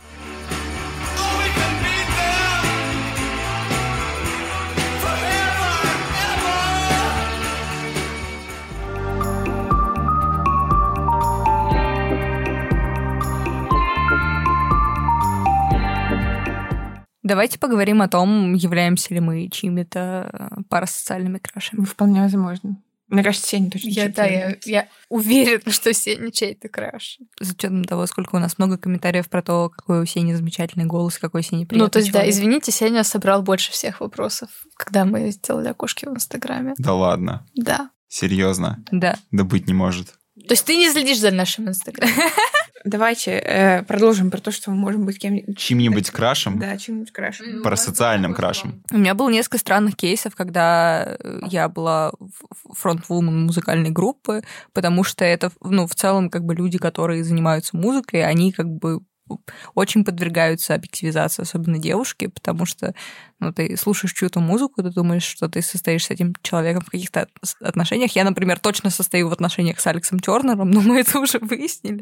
Давайте поговорим о том, являемся ли мы чьими-то парасоциальными крашами. Ну, Вполне возможно. Мне кажется, Сеня точно Я, чей-то да, я, является. я уверена, что Сеня чей-то краш. С учетом того, сколько у нас много комментариев про то, какой у Сени замечательный голос, какой Сеня приятный Ну, то есть, да, человек. извините, Сеня собрал больше всех вопросов, когда мы сделали окошки в Инстаграме. Да ладно, Да. серьезно, Да. да быть не может. То есть ты не следишь за нашим Инстаграмом? Давайте э, продолжим про то, что мы можем быть кем-нибудь... Чьим-нибудь крашем, Да, чем-нибудь крашем. парасоциальным крашем. У меня было несколько странных кейсов, когда я была фронтвумен музыкальной группы, потому что это, ну, в целом, как бы люди, которые занимаются музыкой, они как бы очень подвергаются объективизации, особенно девушки, потому что, ну, ты слушаешь чью-то музыку, ты думаешь, что ты состоишь с этим человеком в каких-то от- отношениях. Я, например, точно состою в отношениях с Алексом Тернером, но мы это уже выяснили.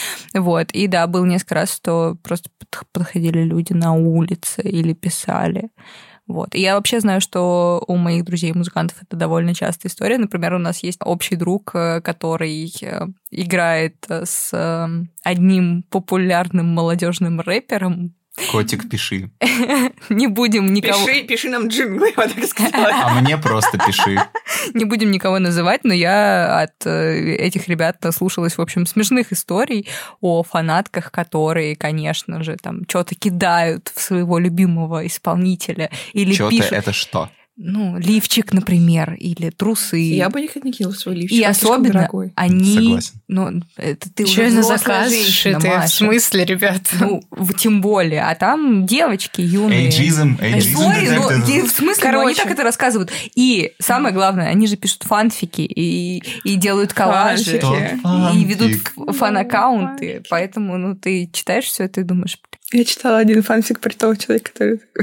Вот. И да, было несколько раз, что просто под- подходили люди на улице или писали. Вот. И я вообще знаю, что у моих друзей-музыкантов это довольно частая история. Например, у нас есть общий друг, э, который э, играет э, с э, одним популярным молодежным рэпером. Котик, пиши. Не будем никого... Пиши, пиши нам джинглы, я так сказала. А мне просто пиши. Не будем никого называть, но я от э, этих ребят наслушалась, в общем, смешных историй о фанатках, которые, конечно же, там что-то кидают в своего любимого исполнителя или Чё-то пишут, это что? ну, лифчик, например, или трусы. Я бы никогда не кинула свой лифчик. И он слишком особенно дорогой. они... Согласен. Ну, это ты Еще уже и на взрослая заказ женщина, шитые. В Маша. смысле, ребят? Ну, в- тем более. А там девочки юные. Эйджизм, эйджизм Сори, ну, детектив. и в смысле, ну, они Короче. так это рассказывают. И самое главное, они же пишут фанфики и, и делают коллажи. Фанфики. И ведут Фанфик. ф- фан-аккаунты. Поэтому, ну, ты читаешь все это и думаешь, Я читала один фанфик про того человека, который такой...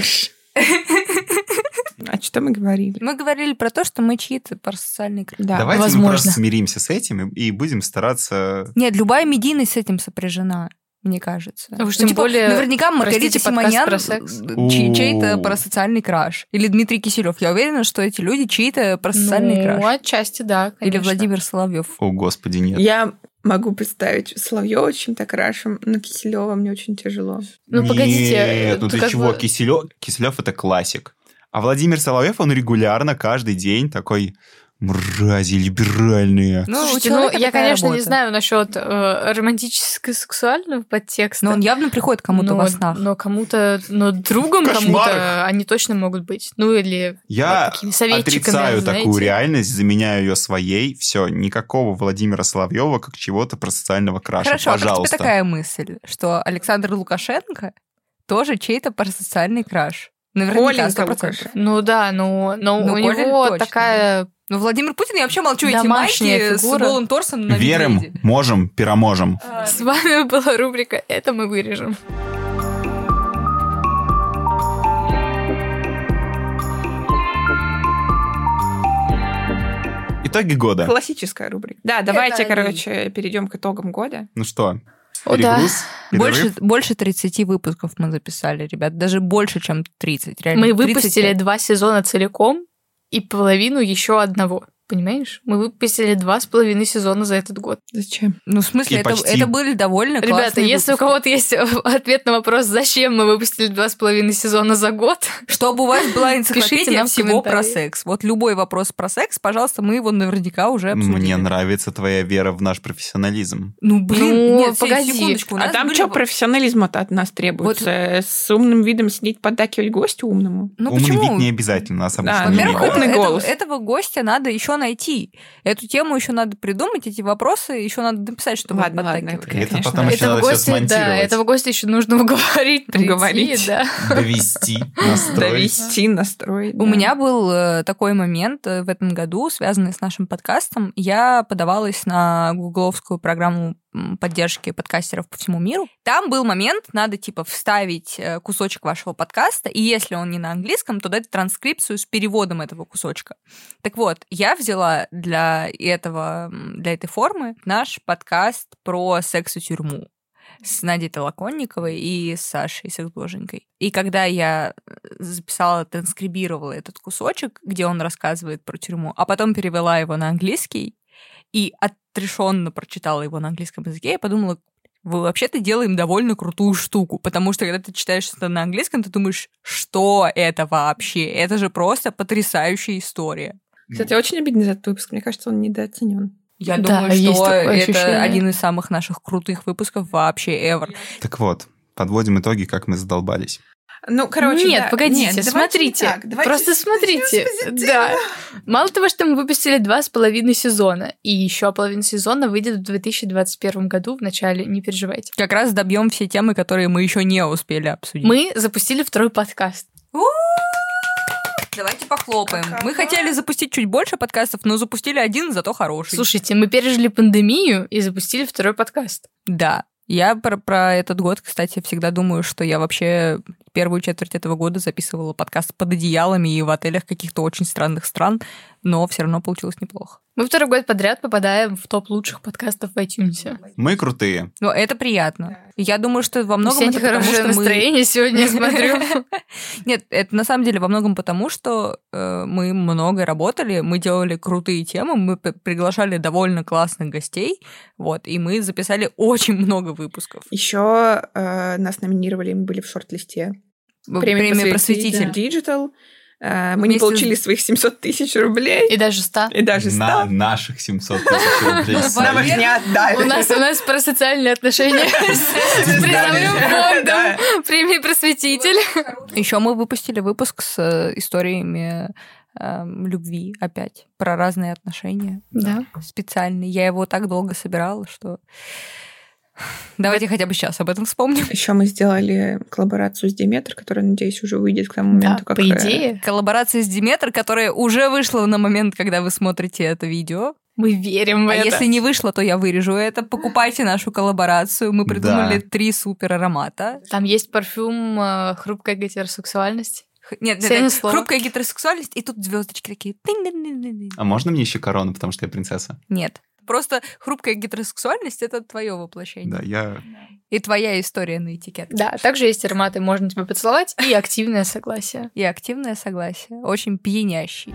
А что мы говорили? мы говорили про то, что мы чьи-то парасоциальные кры- Да. Давайте мы возможно. просто смиримся с этим и, и будем стараться... Нет, любая медийность с этим сопряжена, мне кажется. Ну, уж Ну, тем типа, более, наверняка Маргарита простите, подкаст Симонян про секс. чей- чей-то У. парасоциальный краш. Или Дмитрий Киселев. Я уверена, что эти люди чьи-то парасоциальный Ну, краш. отчасти, да, Или конечно. Владимир Соловьев. О, господи, нет. Я могу представить Соловьева чем-то крашем, но Киселева мне очень тяжело. Ну, погодите, Нет, ну это ты как чего, бы- Киселев, Киселев это классик. А Владимир Соловьев, он регулярно, каждый день такой мрази либеральные. Ну, у Слушайте, ну, человека я, такая конечно, не работа. знаю насчет э, романтическо-сексуального подтекста. Но он явно приходит кому-то но, во снах. Но кому-то, но другом В кому-то кошмарах. они точно могут быть. Ну, или Я вот такими советчиками, отрицаю знаете. такую реальность, заменяю ее своей. Все, никакого Владимира Соловьева как чего-то про социального краша. Хорошо, а как тебе Пожалуйста. такая мысль, что Александр Лукашенко тоже чей-то парасоциальный краш? Наверняка, Коленька сто процентов. Лукашенко. Ну да, но, но Ну, у Коля него точно. такая... Ну, Владимир Путин, я вообще молчу, эти Домашняя майки фигура. с голым торсом на Верим, медведе. можем, пироможем. С вами была рубрика «Это мы вырежем». Итоги года. Классическая рубрика. Да, давайте, они. короче, перейдем к итогам года. Ну что, О, да. Перегруз? Больше, Перерыв? больше тридцать выпусков мы записали, ребят. Даже больше, чем тридцать. Реально, Мы тридцать выпустили пять. два сезона целиком и половину еще одного. Понимаешь? Мы выпустили два с половиной сезона за этот год. Зачем? Ну, в смысле, И это, почти- это были довольно Ребята, классные если у выпуски. кого-то есть ответ на вопрос, зачем мы выпустили два с половиной сезона за год, Чтобы у вас была Пишите энциклопедия нам в всего про комментарии. секс. Вот любой вопрос про секс, пожалуйста, мы его наверняка уже обсудили. Мне нравится твоя вера в наш профессионализм. Ну, блин, Ну, нет, погоди. секундочку. у А нас там были что во- профессионализма-то от нас требуется? С умным видом сидеть поддакивать гостю умному? Ну, Умный почему? вид не обязательно, нас обычно Да, не Во-первых, бывает. умный этого, голос. этого гостя надо еще найти. Эту тему еще надо придумать, эти вопросы еще надо написать, чтобы Ладно, ладно, подтакивали. это, Это конечно. потом еще этого надо все гостя, да, смонтировать. этого гостя еще нужно уговорить, прийти, Уговорить. да. Довести, настроить. Довести, настроить. У да. меня был э, такой момент э, в этом году, связанный с нашим подкастом. Я подавалась на гугловскую программу м, поддержки подкастеров по всему миру. Там был момент, надо типа вставить э, кусочек вашего подкаста, и если он не на английском, то дать транскрипцию с переводом этого кусочка. Так вот, я взяла для этого, м, для этой формы наш подкаст про секс и тюрьму с Надей Толоконниковой и с Сашей Секс-бложенькой. И когда я записала, транскрибировала этот кусочек, где он рассказывает про тюрьму, а потом перевела его на английский и отрешенно прочитала его на английском языке, я подумала, вы вообще-то делаем довольно крутую штуку, потому что когда ты читаешь это на английском, ты думаешь, что это вообще? Это же просто потрясающая история. Кстати, очень обидно за этот выпуск. Мне кажется, он недооценен. Я Да, думаю, есть что такое это ощущение. один из самых наших крутых выпусков вообще ever. Так вот, подводим итоги, как мы задолбались. Ну, короче, Нет, да. погодите, Нет, давайте смотрите. не так. Давайте Просто с- смотрите. начнем с позитива. Да. Мало того, что мы выпустили два с половиной сезона, и еще половина сезона выйдет в две тысячи двадцать первом году в начале, не переживайте. Как раз добьем все темы, которые мы еще не успели обсудить. Мы запустили второй подкаст. Давайте похлопаем. Какова? Мы хотели запустить чуть больше подкастов, но запустили один, зато хороший. Слушайте, мы пережили пандемию и запустили второй подкаст. Да. Я про, про этот год, кстати, всегда думаю, что я вообще первую четверть этого года записывала подкаст под одеялами и в отелях каких-то очень странных стран, но все равно получилось неплохо. Мы второй год подряд попадаем в топ лучших подкастов в iTunes. Мы крутые. Но это приятно. Я думаю, что во многом Сегодня это потому, хорошее что мы... настроение сегодня, я смотрю. Нет, это на самом деле во многом потому, что э, мы много работали, мы делали крутые темы, мы п- приглашали довольно классных гостей, вот, и мы записали очень много выпусков. Еще э, нас номинировали, мы были в шорт-листе. Премия «Просветитель». Digital. Э, мы Вместе не с- получили своих семьсот тысяч рублей. И даже ста. И даже На ста. наших семьсот тысяч рублей. Нам их не отдали. У нас, у нас про социальные отношения с призовым фондом премии «Просветитель». Еще мы выпустили выпуск с э, историями э, любви опять, про разные отношения. Да. Специальный. Я его так долго собирала, что... Давайте хотя бы сейчас об этом вспомним. Еще мы сделали коллаборацию с Диметр, которая, надеюсь, уже выйдет к тому Да, моменту, как... по э, идее, Коллаборация с Диметр, которая уже вышла на момент, когда вы смотрите это видео. мы верим в А это. если не вышло, то я вырежу это. Покупайте нашу коллаборацию. Мы придумали Да. три супер аромата. Там есть парфюм э, «Хрупкая гетеросексуальность». Х- Нет, нет, Сильное нет, слово. хрупкая гетеросексуальность, и тут звездочки такие. Тынь-дынь-дынь-дынь. А можно мне еще корону, потому что я принцесса? Нет. Просто хрупкая гетеросексуальность это твое воплощение. Да, я... И твоя история на этикетке. Да, также есть ароматы «Можно тебя поцеловать» и «Активное согласие». И активное согласие. Очень пьянящий.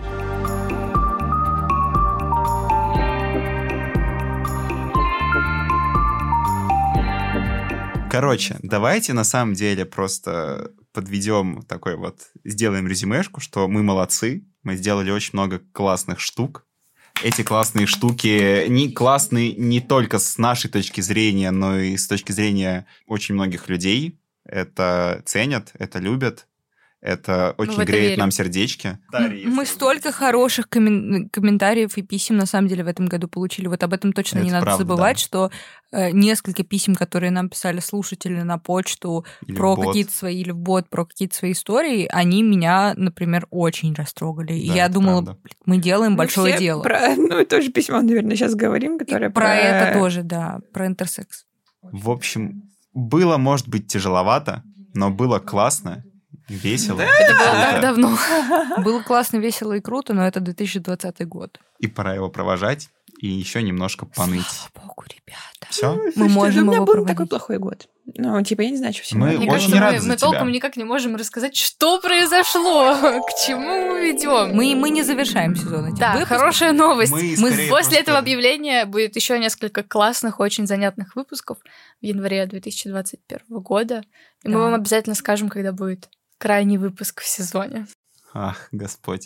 Короче, давайте на самом деле просто подведем такой вот, сделаем резюмешку, что мы молодцы, мы сделали очень много классных штук. Эти классные штуки не классные не только с нашей точки зрения, но и с точки зрения очень многих людей. Это ценят, это любят, это очень в это греет верим. нам сердечки. Мы столько хороших коммен- комментариев и писем на самом деле в этом году получили. Вот об этом точно не Это надо правда, забывать, да. что э, несколько писем, которые нам писали слушатели на почту Или про в бот. какие-то свои, или в бот, про какие-то свои истории, они меня, например, очень растрогали. И Да, я это думала, правда. блин, мы делаем Мы большое все дело. Про одно и то же письмо, наверное, сейчас говорим, И которое про это тоже, да, про интерсекс. В общем, было, может быть, тяжеловато, но было классно, весело. Это было круто. так давно. Было классно, весело и круто, но это две тысячи двадцатый год. И пора его провожать. и еще немножко поныть. Слава богу, ребята. Все? Мы можем у меня его был проводить. такой плохой год. Ну, типа, я не знаю, что все. Мы Мне очень кажется, рады мы, за мы тебя. толком никак не можем рассказать, что произошло, к чему мы ведем. Мы, мы не завершаем сезон этих Да, выпусков. хорошая новость. Мы Мы скорее после просто- этого объявления будет еще несколько классных, очень занятных выпусков в январе две тысячи двадцать первого года. И мы Да. вам обязательно скажем, когда будет крайний выпуск в сезоне. Ах, Господь.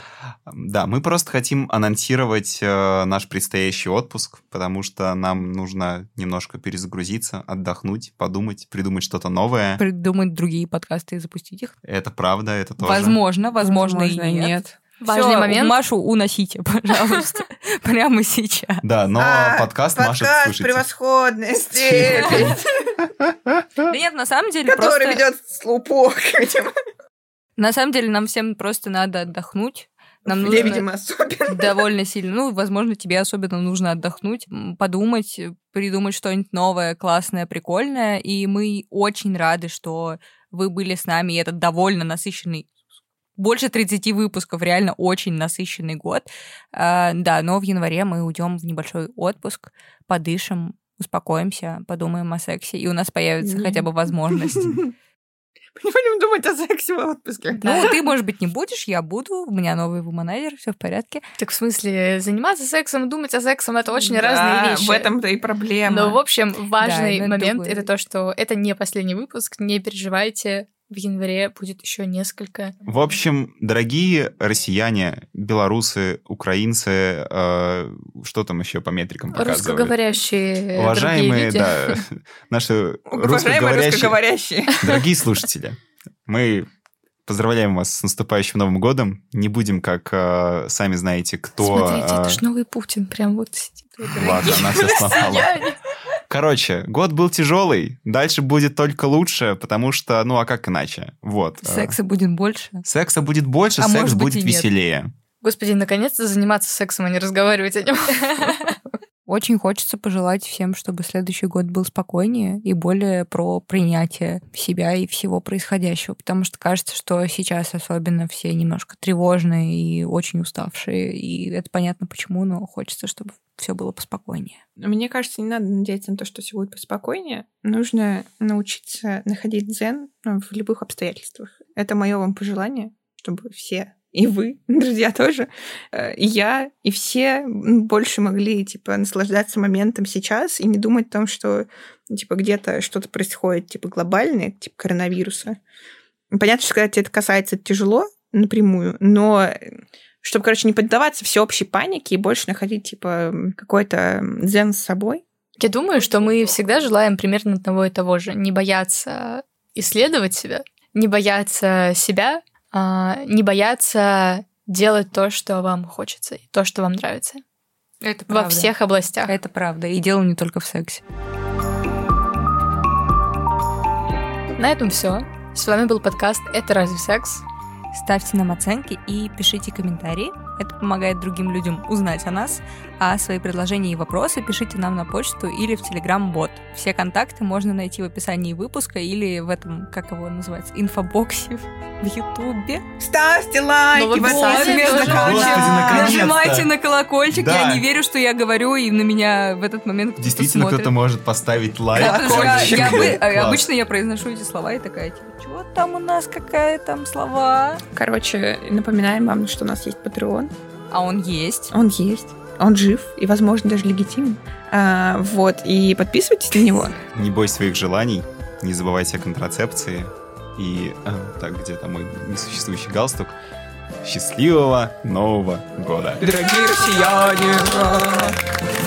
Да, мы просто хотим анонсировать э, наш предстоящий отпуск, потому что нам нужно немножко перезагрузиться, отдохнуть, подумать, придумать что-то новое. Придумать другие подкасты и запустить их. Это правда, это тоже. Возможно, возможно, и нет. Важный Всё, момент. Машу уносите, пожалуйста, прямо сейчас. Да, но А, подкаст Маша, Подкаст слушайте. «Превосходная степень», Да нет, на самом деле который просто... ведет слупок, видимо. На самом деле нам всем просто надо отдохнуть. Нам Мне, нужно видимо, особенно. довольно сильно. Ну, возможно, тебе особенно нужно отдохнуть, м, подумать, придумать что-нибудь новое, классное, прикольное. И мы очень рады, что вы были с нами. И это довольно насыщенный, больше тридцати выпусков, реально очень насыщенный год. А, да, но в январе мы уйдем в небольшой отпуск, подышим, успокоимся, подумаем о сексе, и у нас появится хотя бы возможность. Не будем думать о сексе в отпуске. Ну, ты, может быть, не будешь, я буду. У меня новый вуманайзер, все в порядке. Так в смысле, заниматься сексом, думать о сексом — это очень Да, разные вещи. в этом-то и проблема. Но, в общем, важный это момент — другое. это то, что это не последний выпуск, не переживайте, в январе будет еще несколько. В общем, дорогие россияне, белорусы, украинцы, э, что там еще по метрикам показывают? Русскоговорящие Уважаемые, другие люди. да, наши Уважаемые русскоговорящие, русскоговорящие. дорогие слушатели, мы поздравляем вас с наступающим Новым годом. Не будем, как э, сами знаете, кто... Смотрите, э, это ж новый Путин, прям вот сидит. в этой Ладно, она все сломала. сиянии. Короче, год был тяжелый, дальше будет только лучше, потому что, ну а как иначе? Вот. э, Секса будет больше. Секса будет больше, А секс может быть, будет и нет. веселее. Господи, наконец-то заниматься сексом, а не разговаривать о нем. Очень хочется пожелать всем, чтобы следующий год был спокойнее и более про принятие себя и всего происходящего, потому что кажется, что сейчас особенно все немножко тревожные и очень уставшие, и это понятно почему, но хочется, чтобы все было поспокойнее. Мне кажется, не надо надеяться на то, что все будет поспокойнее. Нужно научиться находить дзен в любых обстоятельствах. Это мое вам пожелание, чтобы все, и вы, друзья тоже, э, и я, и все больше могли, типа, наслаждаться моментом сейчас и не думать о том, что, типа, где-то что-то происходит, типа, глобальное, типа коронавируса. Понятно, что когда тебе это касается, это тяжело напрямую, но чтобы, короче, не поддаваться всеобщей панике и больше находить, типа, какой-то дзен с собой. Я думаю, что мы всегда желаем примерно одного и того же. Не бояться исследовать себя, не бояться себя, а, не бояться делать то, что вам хочется, и то, что вам нравится. Это Во всех областях. Это правда. И дело не только в сексе. На этом все. С вами был подкаст «Это разве секс?». Ставьте нам оценки и пишите комментарии. Это помогает другим людям узнать о нас. А свои предложения и вопросы пишите нам на почту или в Telegram-бот. Все контакты можно найти в описании выпуска или в этом, как его называется, инфобоксе в Ютубе. Ставьте лайки, Ну, вот подписывайтесь Господи, на Господи, канал. наконец-то. Нажимайте на колокольчик. Да. Я не верю, что я говорю, и на меня в этот момент кто-то Действительно, смотрит. кто-то может поставить лайк. Это же я- Очень я бы- класс. обычно я произношу эти слова и такая, типа, чего там у нас, какая там слова? Короче, напоминаем вам, что у нас есть Patreon. А он есть. Он есть. Он жив и, возможно, даже легитимен. А, вот, и подписывайтесь на него. Не бойся своих желаний, не забывайте о контрацепции. И, а, так, где там мой несуществующий галстук? Счастливого Нового года! Дорогие россияне!